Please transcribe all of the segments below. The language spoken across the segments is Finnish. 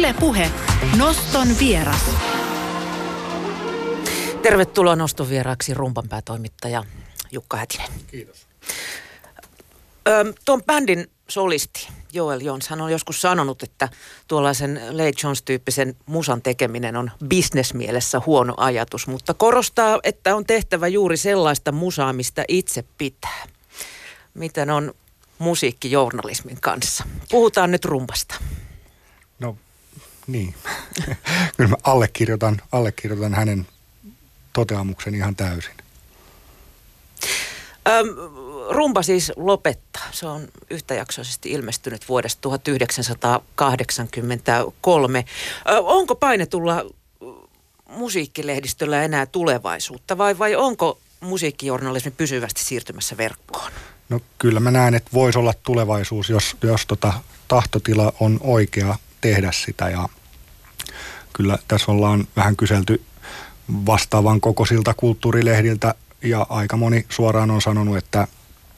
Yle Puhe. Noston vieras. Tervetuloa Noston vieraaksi rumban päätoimittaja Jukka Hätinen. Kiitos. Tuon bändin solisti Joel Jones, hän on joskus sanonut, että tuollaisen Leigh Jones-tyyppisen musan tekeminen on bisnesmielessä huono ajatus, mutta korostaa, että on tehtävä juuri sellaista musaa, mistä itse pitää. Miten on musiikkijournalismin kanssa? Puhutaan nyt rumbasta. No niin, kyllä mä allekirjoitan hänen toteamuksen ihan täysin. Rumba siis lopettaa. Se on yhtäjaksoisesti ilmestynyt vuodesta 1983. Onko painetulla musiikkilehdistöllä enää tulevaisuutta vai onko musiikkijournalismi pysyvästi siirtymässä verkkoon? No kyllä mä näen, että voisi olla tulevaisuus, jos tahtotila on oikea tehdä sitä. Ja kyllä tässä ollaan vähän kyselty vastaavan kokoisilta kulttuurilehdiltä ja aika moni suoraan on sanonut, että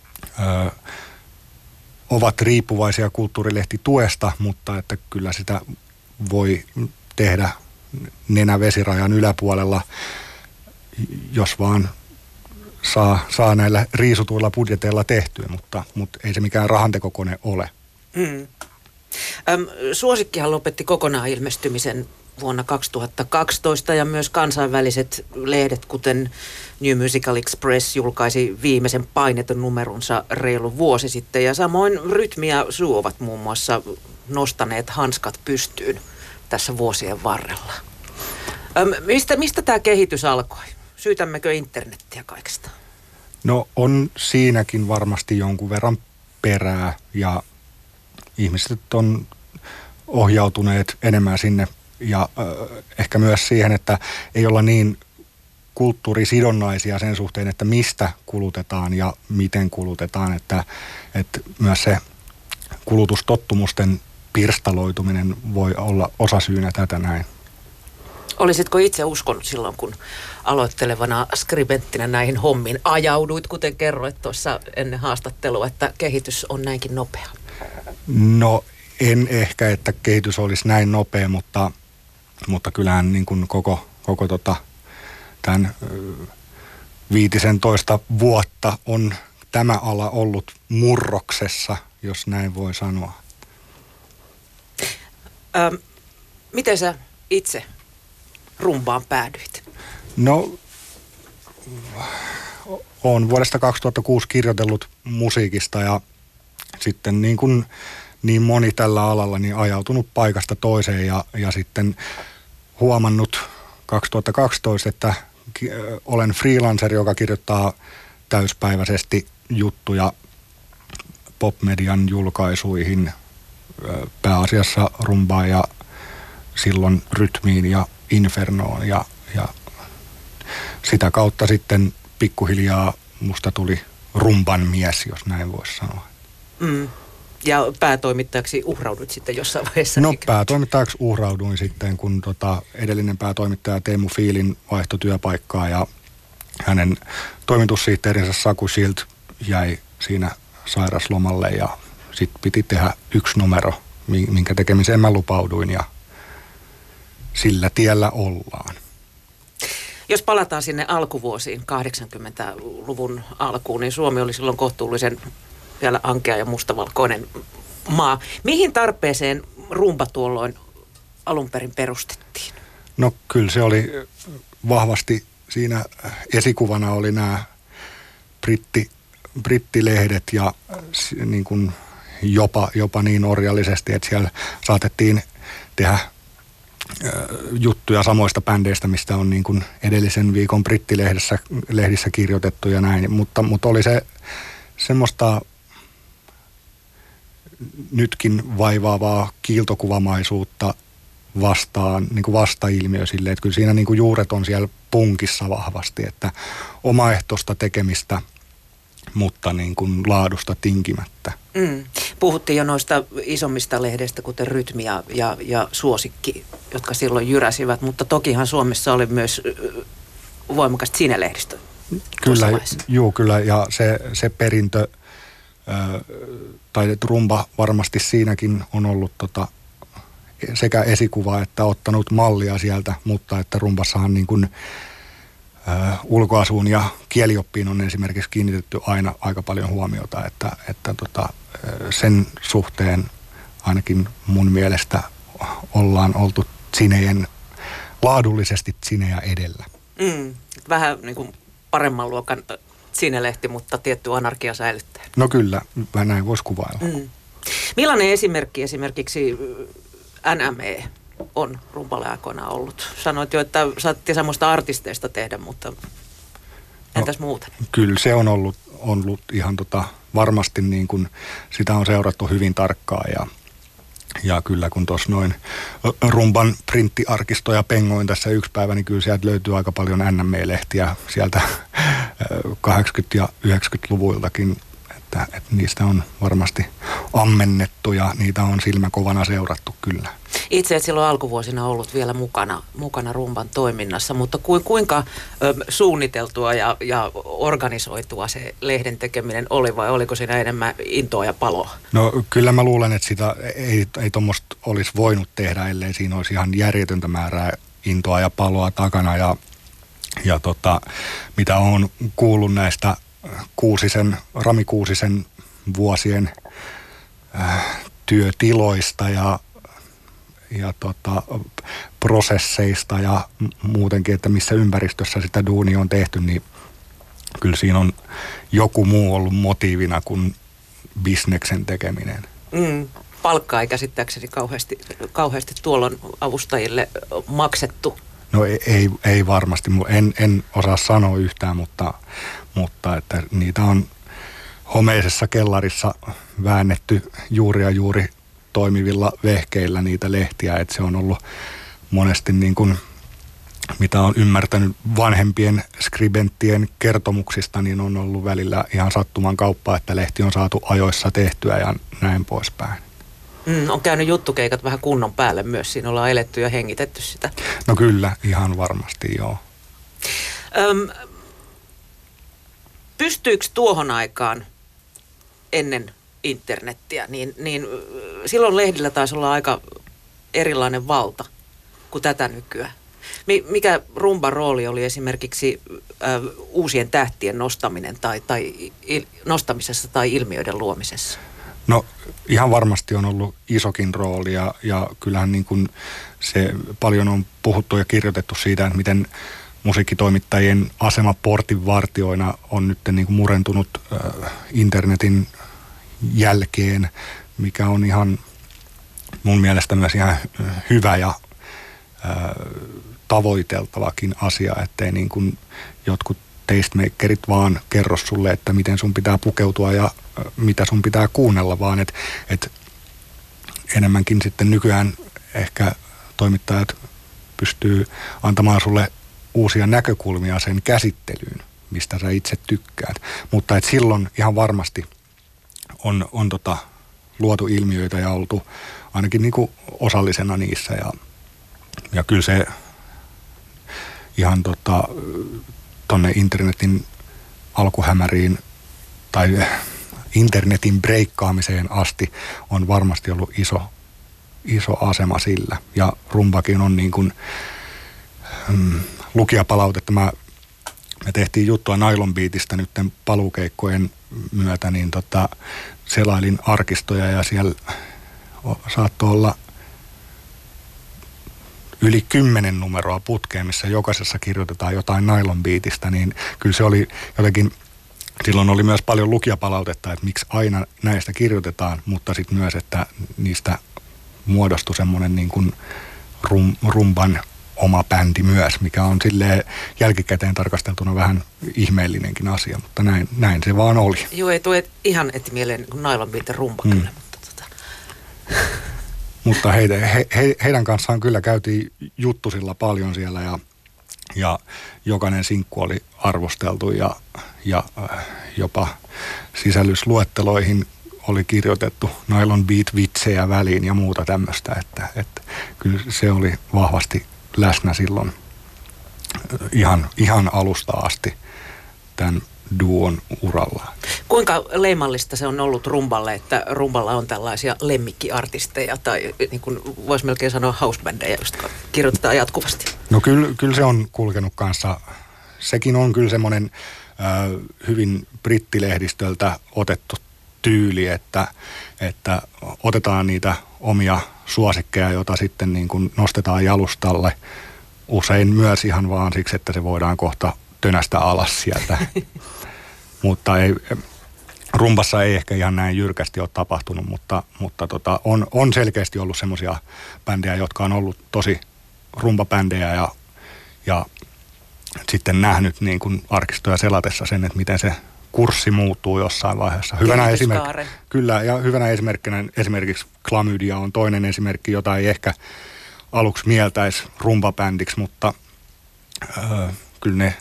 ovat riippuvaisia kulttuurilehtituesta, mutta että kyllä sitä voi tehdä nenävesirajan yläpuolella, jos vaan saa näillä riisutuilla budjeteilla tehtyä, mutta ei se mikään rahantekokone ole. Suosikkihan lopetti kokonaan ilmestymisen vuonna 2012 ja myös kansainväliset lehdet, kuten New Musical Express, julkaisi viimeisen painetun numeronsa reilu vuosi sitten. Ja samoin Rytmi ja Suu ovat muun muassa nostaneet hanskat pystyyn tässä vuosien varrella. Mistä tämä kehitys alkoi? Syytämmekö internettiä kaikesta? No on siinäkin varmasti jonkun verran perää ja ihmiset on ohjautuneet enemmän sinne ja ehkä myös siihen, että ei olla niin kulttuurisidonnaisia sen suhteen, että mistä kulutetaan ja miten kulutetaan, että myös se kulutustottumusten pirstaloituminen voi olla osasyynä tätä näin. Olisitko itse uskonut silloin, kun aloittelevana skribenttinä näihin hommiin ajauduit, kuten kerroit tuossa ennen haastattelua, että kehitys on näinkin nopea? No en ehkä, että kehitys olisi näin nopea, mutta kyllähän niin kuin koko tämän 15 vuotta on tämä ala ollut murroksessa, jos näin voi sanoa. Miten sä itse rumbaan päädyit? No, olen vuodesta 2006 kirjoitellut musiikista ja sitten niin moni tällä alalla niin ajautunut paikasta toiseen ja sitten huomannut 2012, että olen freelancer, joka kirjoittaa täyspäiväisesti juttuja popmedian julkaisuihin, pääasiassa rumbaan ja silloin Rytmiin ja Infernoon ja sitä kautta sitten pikkuhiljaa musta tuli rumban mies, jos näin voisi sanoa. Ja päätoimittajaksi uhrauduit sitten jossain vaiheessa? No päätoimittajaksi uhrauduin sitten, kun edellinen päätoimittaja Teemu Fiilin vaihtoi työpaikkaa ja hänen toimitussihteerinsä Saku Schild jäi siinä sairaslomalle ja sitten piti tehdä yksi numero, minkä tekemiseen mä lupauduin ja sillä tiellä ollaan. Jos palataan sinne alkuvuosiin, 80-luvun alkuun, niin Suomi oli silloin kohtuullisen vielä ankea ja mustavalkoinen maa. Mihin tarpeeseen rumba tuolloin alun perin perustettiin? No kyllä se oli vahvasti siinä esikuvana oli nämä brittilehdet ja niin kuin jopa niin orjallisesti, että siellä saatettiin tehdä juttuja samoista bändeistä, mistä on niin kuin edellisen viikon brittilehdissä kirjoitettu ja näin, mutta oli se semmoista nytkin vaivaavaa kiiltokuvamaisuutta vastaan, niin kuin vastailmiö sille, että kyllä siinä niin kuin juuret on siellä punkissa vahvasti, että omaehtoista tekemistä, mutta niin kuin laadusta tinkimättä. Puhuttiin jo noista isommista lehdeistä, kuten Rytmi ja Suosikki, jotka silloin jyräsivät, mutta tokihan Suomessa oli myös voimakasta sinelehdistö. Kyllä, ja se perintö, tai rumba varmasti siinäkin on ollut sekä esikuva että ottanut mallia sieltä, mutta että rumbassahan niin kuin ulkoasuun ja kielioppiin on esimerkiksi kiinnitetty aina aika paljon huomiota, että sen suhteen ainakin mun mielestä ollaan oltu sinejen, laadullisesti sinejä edellä. Vähän niin kuin paremman luokan sinelehti, mutta tietty anarkia säilyttää. No kyllä, näin voisi kuvailla. Millainen esimerkki esimerkiksi NME on rumpalle aikoinaan ollut? Sanoit jo, että saatte semmoista artisteista tehdä, mutta entäs muuta? Kyllä se on ollut ihan varmasti niin kuin sitä on seurattu hyvin tarkkaan ja kyllä kun tuossa noin rumban printtiarkistoja pengoin tässä yksi päivä, niin kyllä sieltä löytyy aika paljon NME-lehtiä sieltä 80- ja 90-luvuiltakin. Että niistä on varmasti ammennettu ja niitä on silmäkovana seurattu kyllä. Itse et silloin alkuvuosina ollut vielä mukana rumban toiminnassa, mutta kuinka suunniteltua ja organisoitua se lehden tekeminen oli vai oliko siinä enemmän intoa ja paloa? No kyllä mä luulen, että sitä ei tuommoista olisi voinut tehdä, ellei siinä olisi ihan järjetöntä määrää intoa ja paloa takana ja mitä olen kuullut näistä Rami Kuusisen vuosien työtiloista ja prosesseista ja muutenkin, että missä ympäristössä sitä duunia on tehty, niin kyllä siinä on joku muu ollut motiivina kuin bisneksen tekeminen. Palkkaa ei käsittääkseni kauheasti tuolloin avustajille maksettu. No ei varmasti. En osaa sanoa yhtään, mutta että niitä on homeisessa kellarissa väännetty juuri toimivilla vehkeillä niitä lehtiä. Että se on ollut monesti niin kuin, mitä on ymmärtänyt vanhempien skribenttien kertomuksista, niin on ollut välillä ihan sattuman kauppaa, että lehti on saatu ajoissa tehtyä ja näin poispäin. On käynyt juttukeikat vähän kunnon päälle myös. Siinä ollaan eletty ja hengitetty sitä. No kyllä, ihan varmasti joo. Pystyykö tuohon aikaan ennen internettiä, niin silloin lehdillä taisi olla aika erilainen valta kuin tätä nykyään. Mikä rumban rooli oli esimerkiksi uusien tähtien nostaminen tai nostamisessa tai ilmiöiden luomisessa? No ihan varmasti on ollut isokin rooli ja kyllähän niin kuin se paljon on puhuttu ja kirjoitettu siitä, että miten musiikkitoimittajien asema portinvartioina on nyt niin kuin murentunut internetin jälkeen, mikä on ihan mun mielestä myös ihan hyvä ja tavoiteltavakin asia, ettei niin kuin jotkut tastemakerit vaan kerro sulle, että miten sun pitää pukeutua ja mitä sun pitää kuunnella, vaan että enemmänkin sitten nykyään ehkä toimittajat pystyy antamaan sulle uusia näkökulmia sen käsittelyyn, mistä sä itse tykkäät. Mutta että silloin ihan varmasti on luotu ilmiöitä ja oltu ainakin niinku osallisena niissä ja kyllä se ihan tonne internetin alkuhämäriin tai internetin breikkaamiseen asti on varmasti ollut iso asema sillä. Ja rumbakin on niin kuin lukijapalautetta. Me tehtiin juttua Nylon Beatistä nyt paluukeikkojen myötä, niin selailin arkistoja ja siellä saattoi olla yli 10 numeroa putkeen, missä jokaisessa kirjoitetaan jotain Nylon Beatistä, niin kyllä se oli jotenkin, silloin oli myös paljon lukijapalautetta, että miksi aina näistä kirjoitetaan, mutta sitten myös, että niistä muodostui semmoinen niin kuin rumban oma bändi myös, mikä on silleen jälkikäteen tarkasteltuna vähän ihmeellinenkin asia, mutta näin se vaan oli. Joo, ei tule ihan eti mieleen niin Nylon Beatin rumba kyllä, mutta Mutta heidän kanssaan kyllä käytiin juttusilla paljon siellä ja jokainen sinkku oli arvosteltu ja jopa sisällysluetteloihin oli kirjoitettu Nylon Beat-vitsejä väliin ja muuta tämmöistä, että kyllä se oli vahvasti läsnä silloin ihan alusta asti tämän duon uralla. Kuinka leimallista se on ollut rumballe, että rumballa on tällaisia lemmikkiartisteja tai niin kuin voisi melkein sanoa housebändejä, joista kirjoitetaan jatkuvasti? No kyllä se on kulkenut kanssa. Sekin on kyllä semmoinen hyvin brittilehdistöltä otettu tyyli, että otetaan niitä omia suosikkeja, joita sitten niin kuin nostetaan jalustalle. Usein myös ihan vaan siksi, että se voidaan kohta tönästä alas sieltä. Mutta rumbassa ei ehkä ihan näin jyrkästi ole tapahtunut, mutta on selkeästi ollut semmoisia bändejä, jotka on ollut tosi rumbabändejä ja sitten nähnyt niin kuin arkistoja selatessa sen, että miten se kurssi muuttuu jossain vaiheessa. Hyvänä esimerkkinä esimerkiksi Klamydia on toinen esimerkki, jota ei ehkä aluksi mieltäisi rumbabändiksi, mutta kyllä ne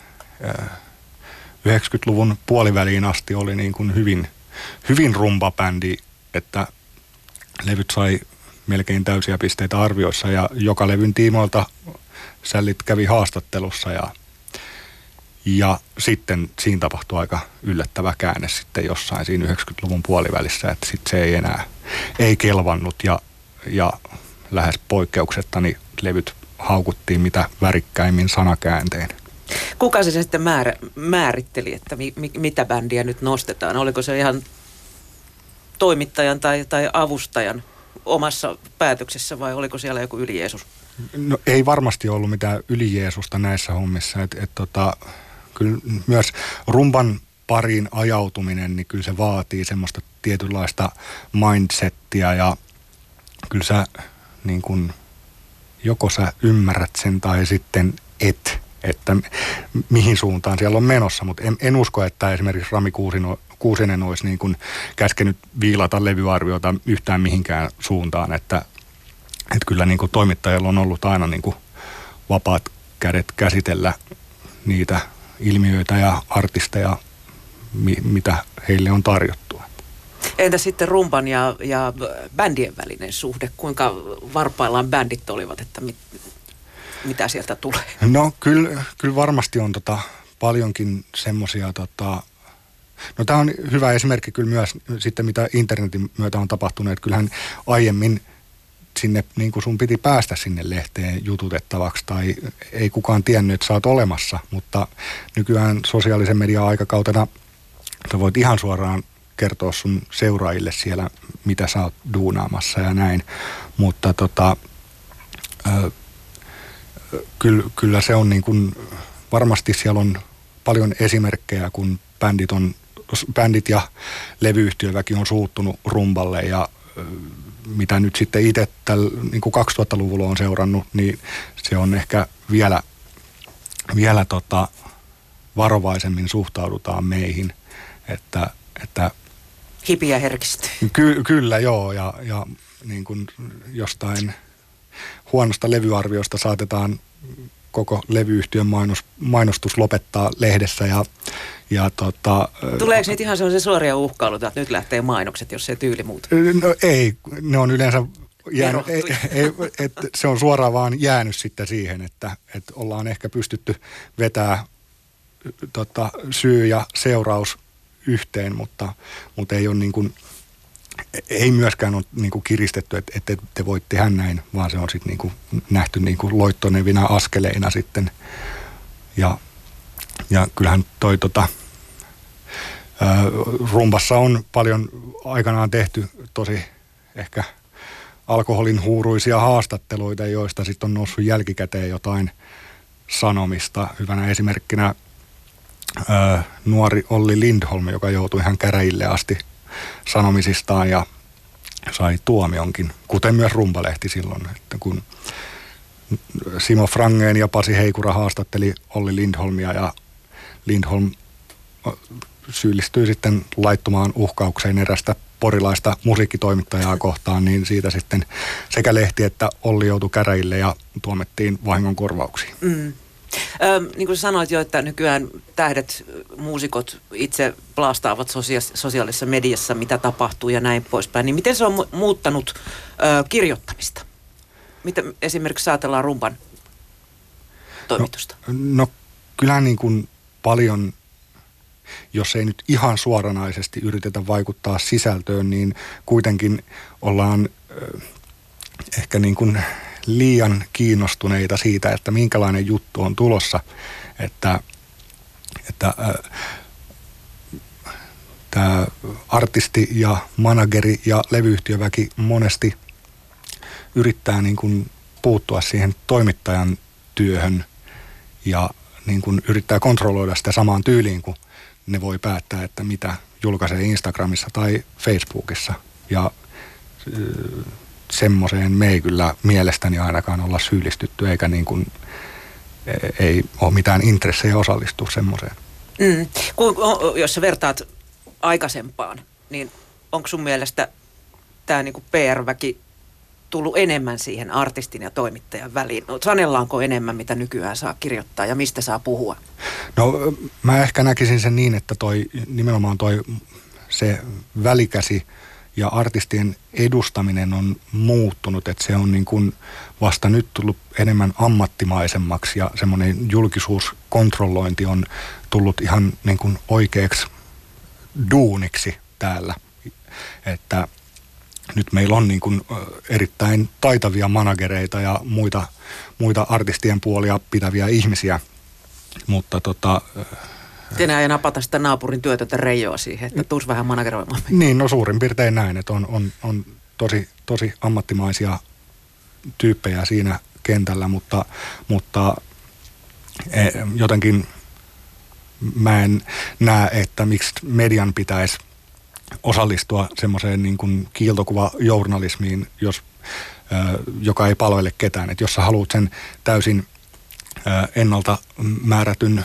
90-luvun puoliväliin asti oli niin kuin hyvin rumbabändi, että levyt sai melkein täysiä pisteitä arvioissa ja joka levyn tiimoilta sällit kävi haastattelussa ja sitten siinä tapahtui aika yllättävä käänne sitten jossain siinä 90-luvun puolivälissä, että sitten se ei kelvannut ja lähes poikkeuksetta niin levyt haukuttiin mitä värikkäimmin sanakääntein. Kuka se sitten määritteli, että mitä bändiä nyt nostetaan? Oliko se ihan toimittajan tai avustajan omassa päätöksessä vai oliko siellä joku yli-Jeesus? No ei varmasti ollut mitään yli-Jeesusta näissä hommissa. Kyllä myös rumban pariin ajautuminen, niin kyllä se vaatii semmoista tietynlaista mindsettiä ja kyllä sä niin kuin, joko sä ymmärrät sen tai sitten että mihin suuntaan siellä on menossa, mutta en usko, että esimerkiksi Rami Kuusinen olisi niin kuin käskenyt viilata levyarviota yhtään mihinkään suuntaan, että kyllä niin kuin toimittajilla on ollut aina niin kuin vapaat kädet käsitellä niitä ilmiöitä ja artisteja, mitä heille on tarjottu. Entä sitten rumban ja bändien välinen suhde? Kuinka varpaillaan bändit olivat, että mitä sieltä tulee? No kyllä varmasti on paljonkin semmoisia, no tämä on hyvä esimerkki kyllä myös sitten mitä internetin myötä on tapahtunut, että kyllähän aiemmin sinne, niin kuin sun piti päästä sinne lehteen jututettavaksi tai ei kukaan tiennyt, että sä oot olemassa, mutta nykyään sosiaalisen median aikakautena sä voit ihan suoraan kertoa sun seuraajille siellä, mitä sä oot duunaamassa ja näin, mutta kyllä se on niin kuin, varmasti siellä on paljon esimerkkejä, kun bändit ja levyyhtiöväki on suuttunut rumballe ja mitä nyt sitten itse niin kuin 2000-luvulla on seurannut, niin se on ehkä vielä varovaisemmin suhtaudutaan meihin, että hipiä herkistyy. Kyllä joo ja niin kuin jostain huonosta levyarviosta saatetaan koko levyyhtiön mainostus lopettaa lehdessä Tuleeko niitä ihan sellaisia suoria uhkailuita, että nyt lähtee mainokset, jos se tyyli muuta? No ei, ne on yleensä jäänyt, se on suoraan vaan jäänyt sitten siihen, että ollaan ehkä pystytty vetämään syy ja seuraus yhteen, mutta ei ole niin kuin, ei myöskään ole niin kuin kiristetty, että te voit tehdä näin, vaan se on sitten niin kuin nähty niin kuin loittonevina askeleina sitten. Ja kyllähän toi rumbassa on paljon aikanaan tehty tosi ehkä alkoholin huuruisia haastatteluita, joista sitten on noussut jälkikäteen jotain sanomista. Hyvänä esimerkkinä nuori Olli Lindholm, joka joutui ihan käräjille asti sanomisistaan ja sai tuomionkin, kuten myös Rumbalehti silloin, että kun Simo Frangén ja Pasi Heikura haastatteli Olli Lindholmia ja Lindholm syyllistyi sitten laittomaan uhkaukseen erästä porilaista musiikkitoimittajaa kohtaan, niin siitä sitten sekä lehti että Olli joutui käräjille ja tuomettiin vahingonkorvauksiin. Niin kuin sanoit jo, että nykyään tähdet, muusikot itse plaastaavat sosiaalisessa mediassa, mitä tapahtuu ja näin poispäin. Niin miten se on muuttanut kirjoittamista? Mitä esimerkiksi ajatellaan rumban toimitusta? No kyllähän niin kuin paljon jos ei nyt ihan suoranaisesti yritetä vaikuttaa sisältöön, niin kuitenkin ollaan ehkä niin kuin liian kiinnostuneita siitä, että minkälainen juttu on tulossa, että tämä artisti ja manageri ja levyyhtiöväki monesti yrittää niin kuin puuttua siihen toimittajan työhön ja niin kuin yrittää kontrolloida sitä samaan tyyliin, kun ne voi päättää, että mitä julkaisee Instagramissa tai Facebookissa. Ja semmoiseen me ei kyllä mielestäni ainakaan olla syyllistytty, eikä niin kuin, ei ole mitään intressejä osallistua semmoiseen. Jos sä vertaat aikaisempaan, niin onko sun mielestä tämä niinku PR-väki tullut enemmän siihen artistin ja toimittajan väliin? Sanellaanko enemmän, mitä nykyään saa kirjoittaa ja mistä saa puhua? No mä ehkä näkisin sen niin, että nimenomaan se välikäsi ja artistien edustaminen on muuttunut, että se on niin kuin vasta nyt tullut enemmän ammattimaisemmaksi ja semmoinen julkisuuskontrollointi on tullut ihan niin kuin oikeaksi duuniksi täällä, että nyt meillä on niin kuin erittäin taitavia managereita ja muita artistien puolia pitäviä ihmisiä, mutta Enää ei napata sitä naapurin työtöntä Reijoa siihen, että tuus vähän manageroimaan. Niin, no suurin piirtein näin, että on tosi ammattimaisia tyyppejä siinä kentällä, mutta jotenkin mä en näe, että miksi median pitäisi osallistua semmoiseen niin kuin kiiltokuvajournalismiin, joka ei palvele ketään. Että jos sä haluat sen täysin ennalta määrätyn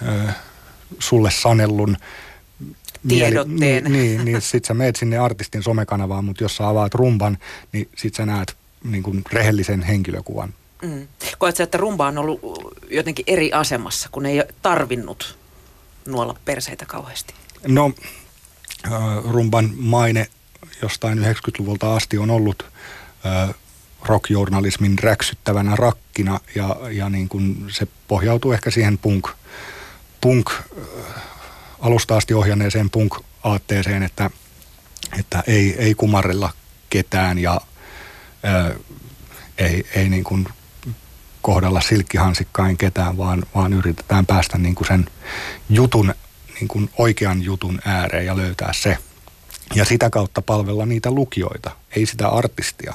sulle sanellun tiedotteen. Niin sit sä meet sinne artistin somekanavaan, mutta jos sä avaat rumban, niin sit sä näet niin kuin rehellisen henkilökuvan. Koet sä, että rumba on ollut jotenkin eri asemassa, kun ei tarvinnut nuolla perseitä kauheasti? No, rumban maine jostain 90-luvulta asti on ollut rockjournalismin räksyttävänä rakkina ja niin kuin se pohjautuu ehkä siihen punk alusta asti ohjanneeseen punk-aatteeseen, että ei kumarrella ketään ja ei niin kuin kohdalla silkkihansikkain ketään, vaan yritetään päästä niin kuin sen jutun, niin kuin oikean jutun ääreen ja löytää se. Ja sitä kautta palvella niitä lukijoita, ei sitä artistia.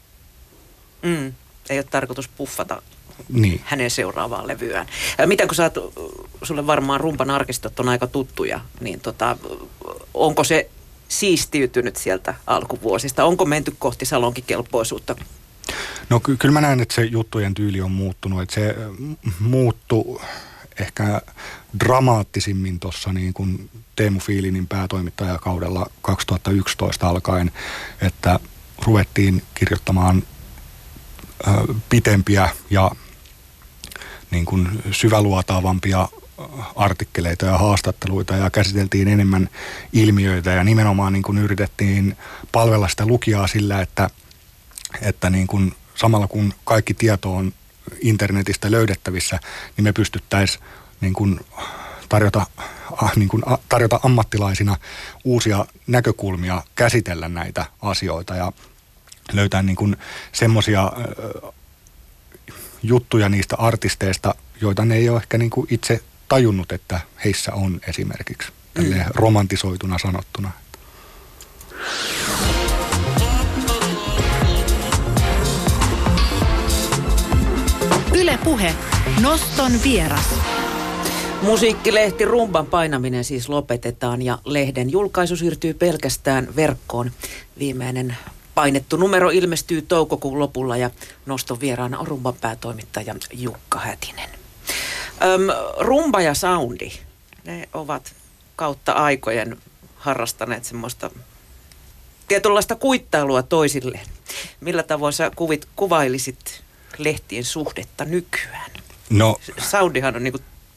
Ei ole tarkoitus puffata niin hänen seuraavaan levyään. Mitä kun sulle varmaan rumpan arkistot on aika tuttuja, niin onko se siistiytynyt sieltä alkuvuosista? Onko menty kohti salonkikelpoisuutta? No kyllä mä näen, että se juttujen tyyli on muuttunut. Että se muuttui ehkä dramaattisimmin tuossa niin kuin Teemu Fiilinin päätoimittajakaudella 2011 alkaen, että ruvettiin kirjoittamaan pitempiä ja niin kuin syväluotaavampia artikkeleita ja haastatteluita ja käsiteltiin enemmän ilmiöitä ja nimenomaan niin kuin yritettiin palvella sitä lukijaa sillä, että niin kuin samalla kun kaikki tieto on internetistä löydettävissä, niin me pystyttäisiin niin kuin tarjota ammattilaisina uusia näkökulmia käsitellä näitä asioita ja löytää niin kuin semmoisia juttuja niistä artisteista, joita ne ei ole ehkä niin kuin itse tajunnut, että heissä on esimerkiksi. Tälleen romantisoituna sanottuna. Yle Puhe. Noston vieras. Musiikkilehti Rumban painaminen siis lopetetaan ja lehden julkaisu siirtyy pelkästään verkkoon. Viimeinen painettu numero ilmestyy toukokuun lopulla ja Noston vieraana on Rumban päätoimittaja Jukka Hätinen. Rumba ja soundi, ne ovat kautta aikojen harrastaneet semmoista tietynlaista kuittailua toisilleen. Millä tavoin sä kuvailisit lehtien suhdetta nykyään? No, soundihan on niinku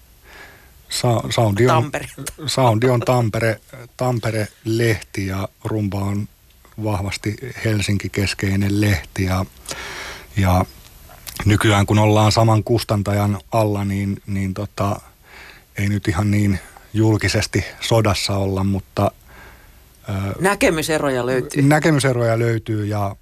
Soundi on Tampere-lehti ja Rumba on vahvasti Helsinki-keskeinen lehti ja nykyään kun ollaan saman kustantajan alla, niin ei nyt ihan niin julkisesti sodassa olla, mutta näkemyseroja löytyy. Näkemyseroja löytyy ja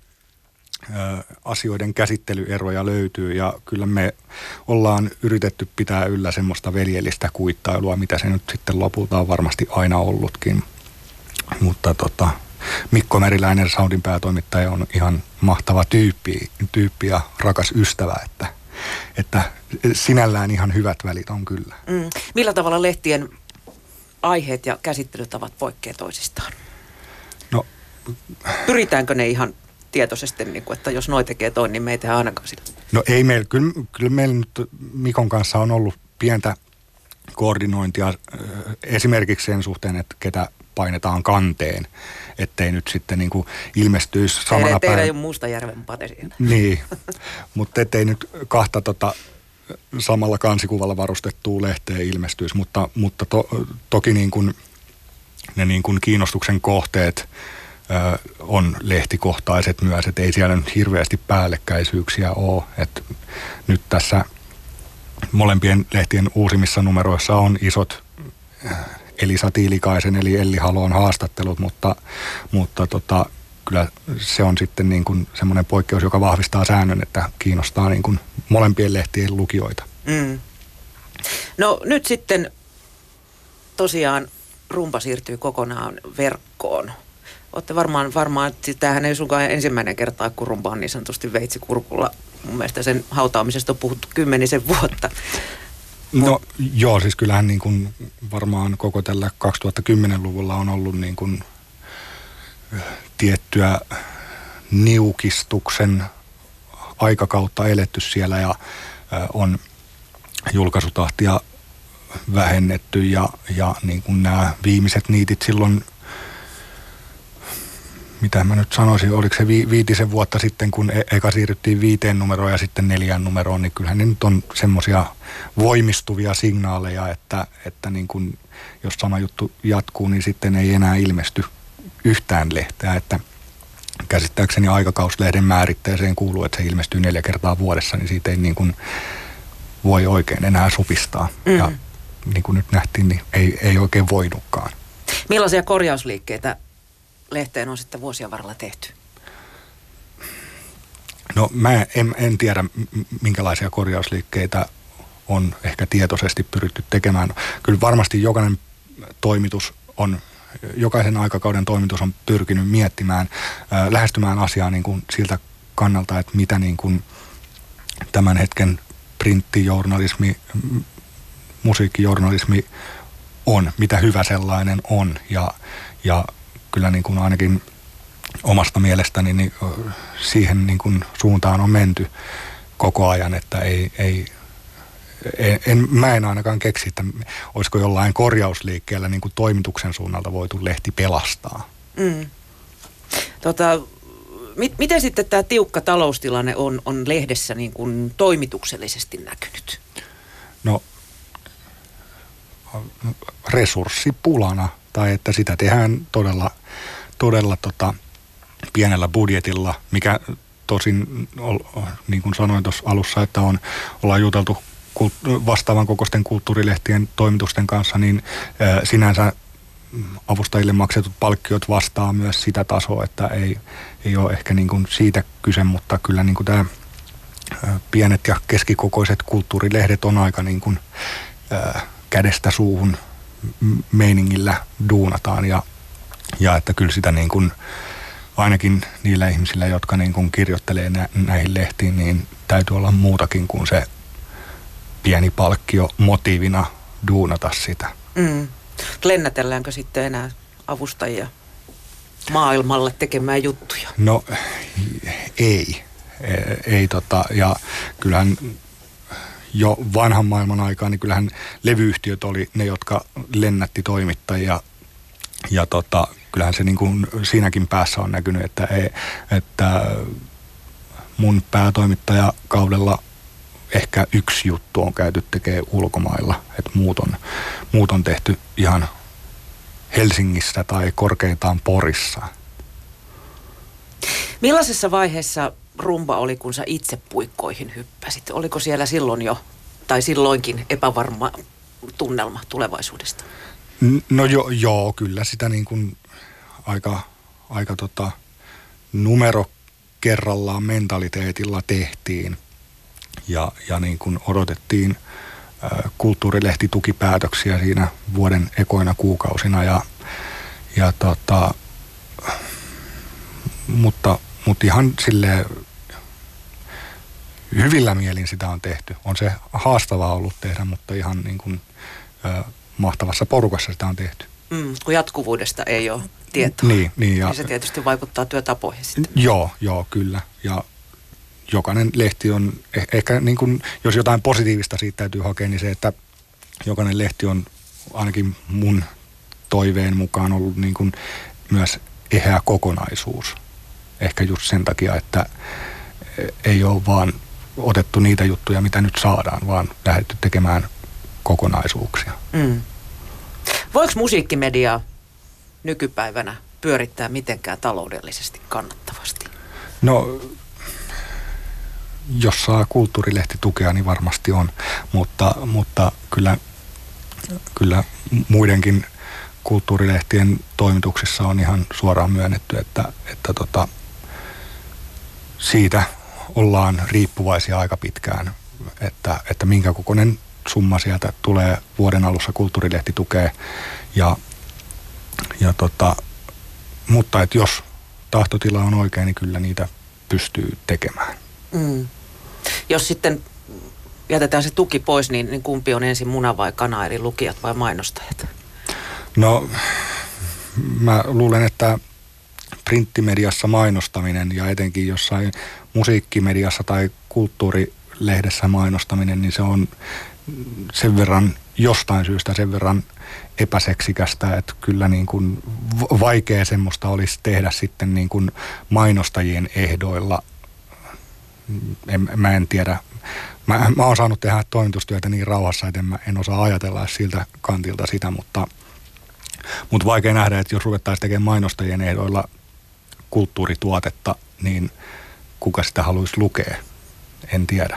asioiden käsittelyeroja löytyy ja kyllä me ollaan yritetty pitää yllä semmoista veljellistä kuittailua, mitä se nyt sitten lopulta on varmasti aina ollutkin. Mutta Mikko Meriläinen, Soundin päätoimittaja, on ihan mahtava tyyppi ja rakas ystävä, että sinällään ihan hyvät välit on kyllä. Millä tavalla lehtien aiheet ja käsittelytavat poikkeaa toisistaan? No, pyritäänkö ne ihan tietoisesti, niin kuin, että jos noi tekee toi, niin me ei tehdä ainakaan sillä? No ei meillä, kyllä meillä nyt Mikon kanssa on ollut pientä koordinointia esimerkiksi sen suhteen, että ketä painetaan kanteen, ettei nyt sitten niin kuin ilmestyisi samana päivänä. Teillä ei ole Mustajärven patesi. Niin, mutta ettei nyt kahta samalla kansikuvalla varustettua lehteä ilmestyisi, mutta toki niin kuin ne niin kuin kiinnostuksen kohteet on lehtikohtaiset myös, että ei siellä nyt hirveästi päällekkäisyyksiä ole. Että nyt tässä molempien lehtien uusimmissa numeroissa on isot Elisa Tiilikaisen eli Elli Halon haastattelut, mutta kyllä se on sitten niin kuin semmoinen poikkeus, joka vahvistaa säännön, että kiinnostaa niin kuin molempien lehtien lukijoita. No nyt sitten tosiaan rumba siirtyy kokonaan verkkoon. Olette varmaan, että tämähän ei sunkaan ensimmäinen kertaa, kun rumba on niin sanotusti veitsi kurkulla. Mun mielestä sen hautaamisesta on puhuttu 10 vuotta. No joo, siis kyllähän niin kuin varmaan koko tällä 2010-luvulla on ollut niin kuin tiettyä niukistuksen aikakautta eletty siellä ja on julkaisutahtia vähennetty ja niin kuin nämä viimeiset niitit silloin, mitä mä nyt sanoisin, oliko se 5 vuotta sitten, kun eka siirryttiin 5 numeroon ja sitten 4 numeroon, niin kyllähän ne nyt on semmoisia voimistuvia signaaleja, että niin kuin, jos sama juttu jatkuu, niin sitten ei enää ilmesty yhtään lehteä, että käsittääkseni aikakauslehden määritteeseen kuuluu, että se ilmestyy 4 kertaa vuodessa, niin siitä ei niin kuin voi oikein enää supistaa. Ja niin kuin nyt nähtiin, niin ei oikein voinutkaan. Millaisia korjausliikkeitä lehteen on sitten vuosien varrella tehty? No mä en tiedä, minkälaisia korjausliikkeitä on ehkä tietoisesti pyritty tekemään. Kyllä varmasti jokaisen aikakauden toimitus on pyrkinyt miettimään, lähestymään asiaa niin kuin siltä kannalta, että mitä niin kuin tämän hetken printtijournalismi, musiikkijournalismi on, mitä hyvä sellainen on ja kyllä niin kuin ainakin omasta mielestäni niin siihen niin kuin suuntaan on menty koko ajan, että mä en ainakaan keksi, että olisiko jollain korjausliikkeellä niin kuin toimituksen suunnalta voitu lehti pelastaa. Miten sitten tämä tiukka taloustilanne on lehdessä niin kuin toimituksellisesti näkynyt? No resurssipulana, tai että sitä tehdään todella pienellä budjetilla, mikä tosin, niin kuin sanoin tuossa alussa, että ollaan juteltu vastaavan kokoisten kulttuurilehtien toimitusten kanssa, niin sinänsä avustajille maksetut palkkiot vastaa myös sitä tasoa, että ei ole ehkä niin kuin siitä kyse, mutta kyllä niin kuin tämä pienet ja keskikokoiset kulttuurilehdet on aika niin kuin kädestä suuhun meiningillä duunataan ja että kyllä sitä niin kuin ainakin niillä ihmisillä, jotka niin kuin kirjoittelee näihin lehtiin, niin täytyy olla muutakin kuin se pieni palkkio motiivina duunata sitä. Lennätelläänkö sitten enää avustajia maailmalle tekemään juttuja? No ei ja kyllähän jo vanhan maailman aikaan, niin kyllähän levyyhtiöt oli ne, jotka lennätti toimittajia ja kyllähän se niin kuin siinäkin päässä on näkynyt, että mun päätoimittajakaudella ehkä 1 juttu on käyty tekemään ulkomailla, että muut on tehty ihan Helsingissä tai korkeintaan Porissa. Millaisessa vaiheessa rumba oli, kun sä itse puikkoihin hyppäsit? Oliko siellä silloin jo, tai silloinkin epävarma tunnelma tulevaisuudesta? No joo, kyllä sitä niin kuin aika numero kerrallaan mentaliteetilla tehtiin ja niin kuin odotettiin kulttuurilehtitukipäätöksiä siinä vuoden ekoina kuukausina mutta ihan silleen hyvillä mielin sitä on tehty. On se haastavaa ollut tehdä, mutta ihan niin kuin mahtavassa porukassa sitä on tehty. Kun jatkuvuudesta ei ole tietoa. Niin se tietysti vaikuttaa työtapoihin sitten. Joo, kyllä. Ja jokainen lehti on, ehkä niin kuin, jos jotain positiivista siitä täytyy hakea, niin se, että jokainen lehti on ainakin mun toiveen mukaan ollut niin kuin myös eheä kokonaisuus. Ehkä just sen takia, että ei ole vaan otettu niitä juttuja, mitä nyt saadaan, vaan lähdetty tekemään kokonaisuuksia. Voiko musiikkimediaa nykypäivänä pyörittää mitenkään taloudellisesti kannattavasti? No, jos saa kulttuurilehti tukea, niin varmasti on, mutta kyllä muidenkin kulttuurilehtien toimituksissa on ihan suoraan myönnetty, että siitä ollaan riippuvaisia aika pitkään, että minkä kokoinen summa sieltä tulee vuoden alussa kulttuurilehti tukee mutta että jos tahtotila on oikein, niin kyllä niitä pystyy tekemään. Jos sitten jätetään se tuki pois, niin kumpi on ensin muna vai kana, eli lukijat vai mainostajat? No, mä luulen, että printtimediassa mainostaminen ja etenkin jossain musiikkimediassa tai kulttuurilehdessä mainostaminen, niin se on sen verran jostain syystä sen verran epäseksikästä, että kyllä niin kuin vaikea semmoista olisi tehdä sitten niin kuin mainostajien ehdoilla. Mä en tiedä. Mä oon saanut tehdä toimitustyötä niin rauhassa, että en osaa ajatella siltä kantilta sitä, mutta vaikea nähdä, että jos ruvettaisiin tekemään mainostajien ehdoilla kulttuurituotetta, niin kuka sitä haluaisi lukea? En tiedä.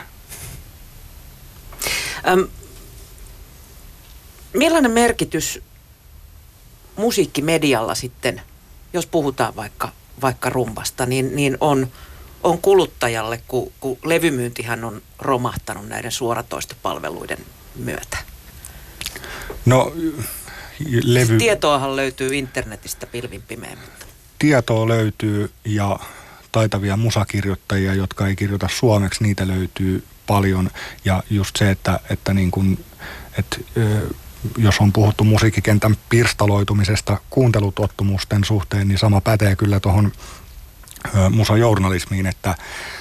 Millainen merkitys musiikkimedialla sitten, jos puhutaan vaikka rumbasta, niin on kuluttajalle, kun levymyyntihän on romahtanut näiden suoratoistopalveluiden myötä? No, tietoahan löytyy internetistä pilvin pimeän. Tietoa löytyy ja taitavia musakirjoittajia, jotka ei kirjoita suomeksi, niitä löytyy paljon. Ja just se, että niin kun, jos on puhuttu musiikkikentän pirstaloitumisesta kuuntelutottumusten suhteen, niin sama pätee kyllä tuohon musajournalismiin, että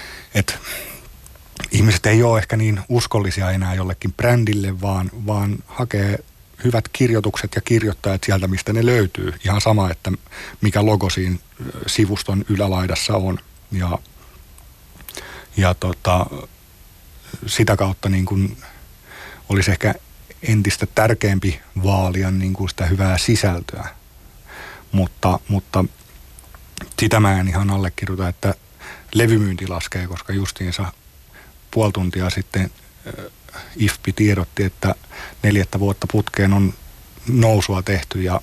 ihmiset ei ole ehkä niin uskollisia enää jollekin brändille, vaan hakee hyvät kirjoitukset ja kirjoittajat sieltä, mistä ne löytyy. Ihan sama, että mikä logo siinä sivuston ylälaidassa on. Ja sitä kautta niin kuin olisi ehkä entistä tärkeämpi vaalia niin kuin sitä hyvää sisältöä. Mutta sitä mä en ihan allekirjoita, että levymyynti laskee, koska justiinsa puoli tuntia sitten IFPI tiedotti, että 4 vuotta putkeen on nousua tehty ja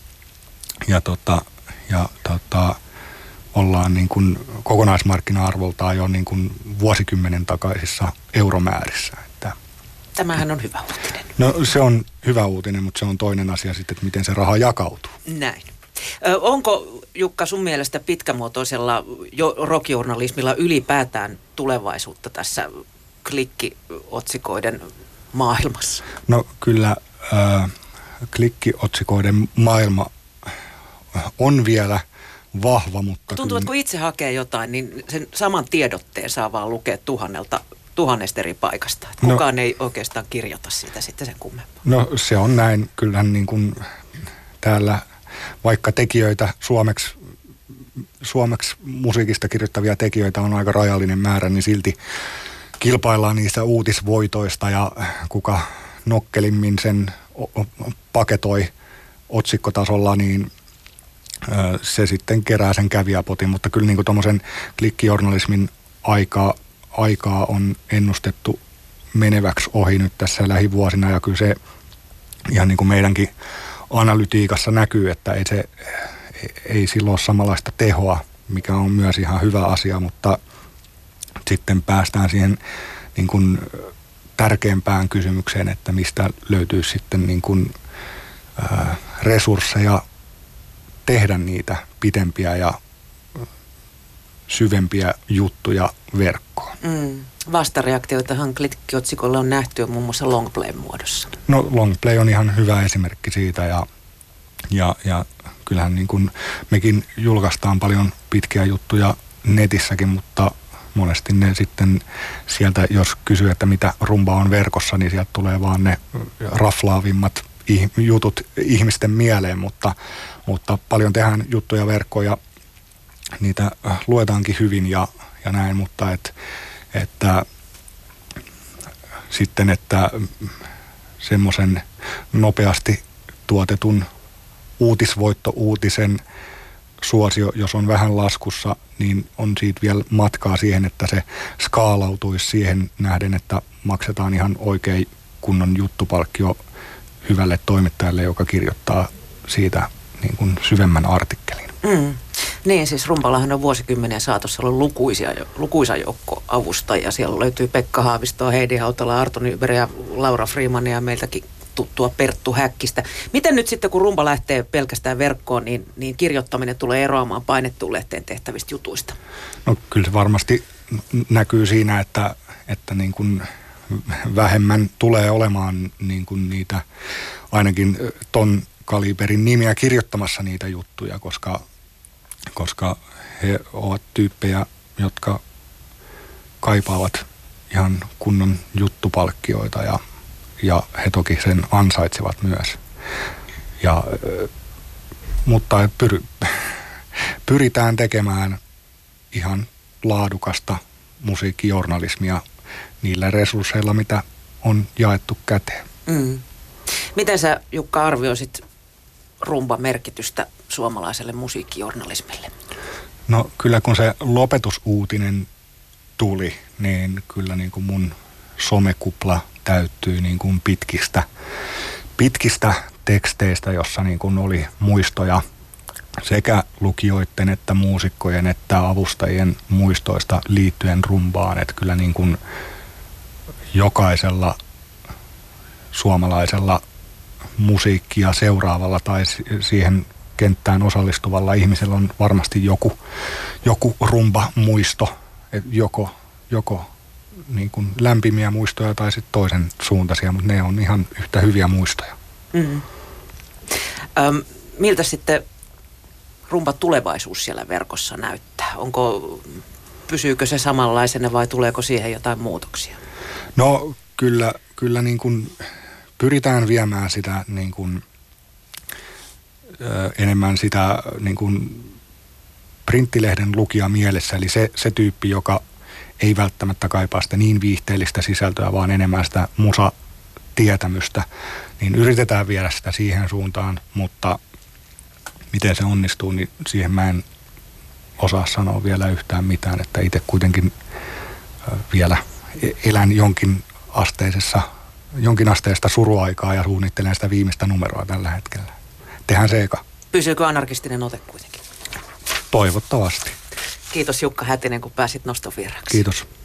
ollaan niin kuin kokonaismarkkina-arvoltaan jo niin kuin vuosikymmenen takaisissa euromäärissä. Tämähän on hyvä uutinen. No se on hyvä uutinen, mutta se on toinen asia sitten, että miten se raha jakautuu. Näin. Onko, Jukka, sun mielestä pitkämuotoisella rockjournalismilla ylipäätään tulevaisuutta tässä klikkiotsikoiden maailmassa? No kyllä klikkiotsikoiden maailma on vielä vahva, mutta tuntuu, että kun itse hakee jotain, niin sen saman tiedotteen saa vaan lukea 1000 eri paikasta. Kukaan ei oikeastaan kirjoita siitä sitten sen kummempaa. No se on näin. Kyllähän niin kuin täällä vaikka tekijöitä suomeksi musiikista kirjoittavia tekijöitä on aika rajallinen määrä, niin silti kilpaillaan niistä uutisvoitoista ja kuka nokkelimmin sen paketoi otsikkotasolla, niin se sitten kerää sen kävijäpotin. Mutta kyllä niin kuin tommosen klikkijournalismin aikaa on ennustettu meneväksi ohi nyt tässä lähivuosina ja kyllä se ihan niin kuin meidänkin analytiikassa näkyy, että ei sillä ole samanlaista tehoa, mikä on myös ihan hyvä asia, mutta sitten päästään siihen niin kuin tärkeimpään kysymykseen, että mistä löytyy sitten niin kuin, resursseja tehdä niitä pitempiä ja syvempiä juttuja verkkoon. Vastareaktioitahan klikkiotsikolla on nähty muun muassa longplayn muodossa. No longplay on ihan hyvä esimerkki siitä ja kyllähän niin kuin mekin julkaistaan paljon pitkiä juttuja netissäkin, mutta monesti ne sitten sieltä, jos kysyy, että mitä rumba on verkossa, niin sieltä tulee vaan ne raflaavimmat jutut ihmisten mieleen, mutta paljon tehdään juttuja verkkoon ja niitä luetaankin hyvin ja näin, mutta että sitten, että semmoisen nopeasti tuotetun uutisvoittouutisen suosio, jos on vähän laskussa, niin on siitä vielä matkaa siihen, että se skaalautuisi siihen nähden, että maksetaan ihan oikein kunnon juttupalkkio hyvälle toimittajalle, joka kirjoittaa siitä niin kuin syvemmän artikkelin. Niin, siis rumpallahan on vuosikymmenen saatossa ollut lukuisa joukko avustajia. Siellä löytyy Pekka Haavistoa, Heidi Hautala, Arto Nyberg ja Laura Freemania ja meiltäkin tuttua Perttu Häkkistä. Miten nyt sitten, kun rumpa lähtee pelkästään verkkoon, niin kirjoittaminen tulee eroamaan painettuun-lehteen tehtävistä jutuista? No kyllä se varmasti näkyy siinä, että niin kuin vähemmän tulee olemaan niin kuin niitä ainakin ton kaliberin nimiä kirjoittamassa niitä juttuja, koska he ovat tyyppejä, jotka kaipaavat ihan kunnon juttupalkkioita ja he toki sen ansaitsevat myös. Mutta pyritään tekemään ihan laadukasta musiikkijournalismia niillä resursseilla, mitä on jaettu käteen. Miten sä, Jukka, arvioisit rumban merkitystä suomalaiselle musiikkijournalismille? No kyllä kun se lopetusuutinen tuli, niin kyllä niin kuin mun somekupla täyttyi niin kuin pitkistä teksteistä, jossa niin kuin oli muistoja sekä lukijoiden että muusikkojen että avustajien muistoista liittyen rumbaan. Että kyllä niin kuin jokaisella suomalaisella musiikkia seuraavalla tai siihen kenttään osallistuvalla ihmisellä on varmasti joku rumba-muisto, joko niin kuin lämpimiä muistoja tai sitten toisen suuntaisia, mutta ne on ihan yhtä hyviä muistoja. Miltä sitten rumba tulevaisuus siellä verkossa näyttää? Pysyykö se samanlaisena vai tuleeko siihen jotain muutoksia? No kyllä niin kuin pyritään viemään sitä niin kuin, enemmän sitä niin kuin printtilehden lukija mielessä, eli se tyyppi, joka ei välttämättä kaipaa sitä niin viihteellistä sisältöä, vaan enemmän sitä musatietämystä, niin yritetään viedä sitä siihen suuntaan, mutta miten se onnistuu, niin siihen mä en osaa sanoa vielä yhtään mitään, että itse kuitenkin vielä elän jonkinasteista suruaikaa ja suunnittelen sitä viimeistä numeroa tällä hetkellä. Tehdään se eka. Pysyykö anarkistinen ote kuitenkin? Toivottavasti. Kiitos Jukka Hätinen, kun pääsit noston vieraksi. Kiitos.